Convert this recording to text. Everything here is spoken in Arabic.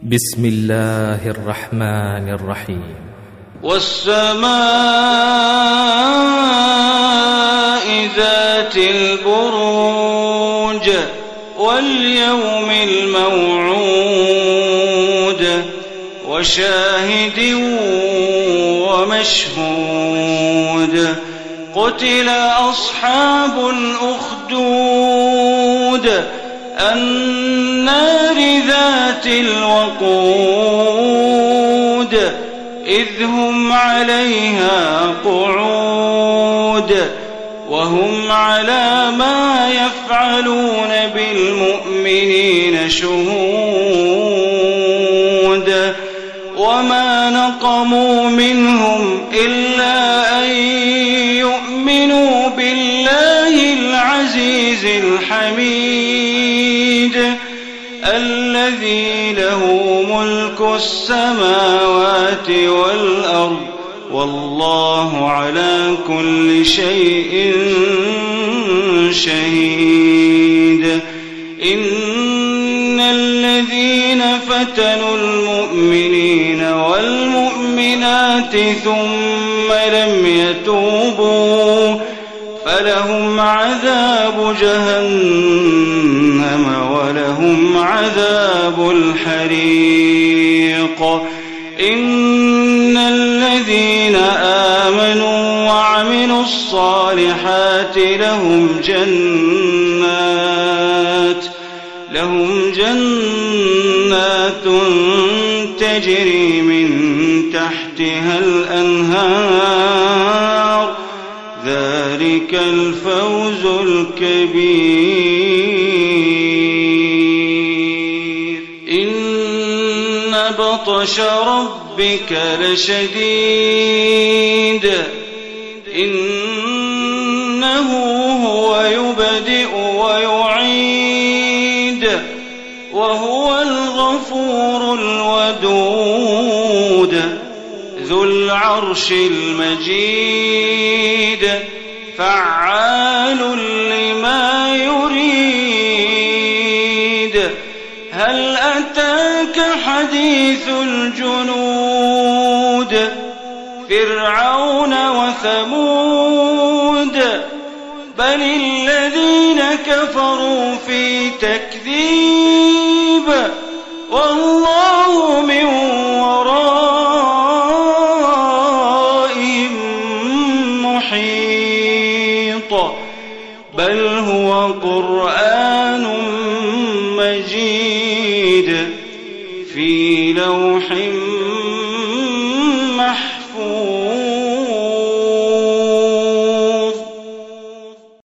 بسم الله الرحمن الرحيم. والسماء ذات البروج واليوم الموعود وشاهد ومشهود قتل أصحاب الأخدود النار ذات الوقود إذ هم عليها قعود وهم على ما يفعلون بالمؤمنين شهود وما نقموا منهم إلا أن يؤمنوا بالله العزيز الحميد الذي له ملك السماوات والأرض والله على كل شيء شهيد. إن الذين فتنوا المؤمنين والمؤمنات ثم لم يتوبوا فلهم عذاب جهنم ولهم عذاب الحريق. إن الذين آمنوا وعملوا الصالحات لهم جنات تجري من تحتها الأنهار ذلك الفوز الكبير. إن بطش ربك لشديد إنه هو يبدئ ويعيد وهو الغفور الودود ذو العرش المجيد فعال لما يريد. هل أتاك حديث الجنود فرعون وثمود بل الذين كفروا في تكذيب والله من ورائهم محيط بل هو قرآن مجيد في لوح محفوظ.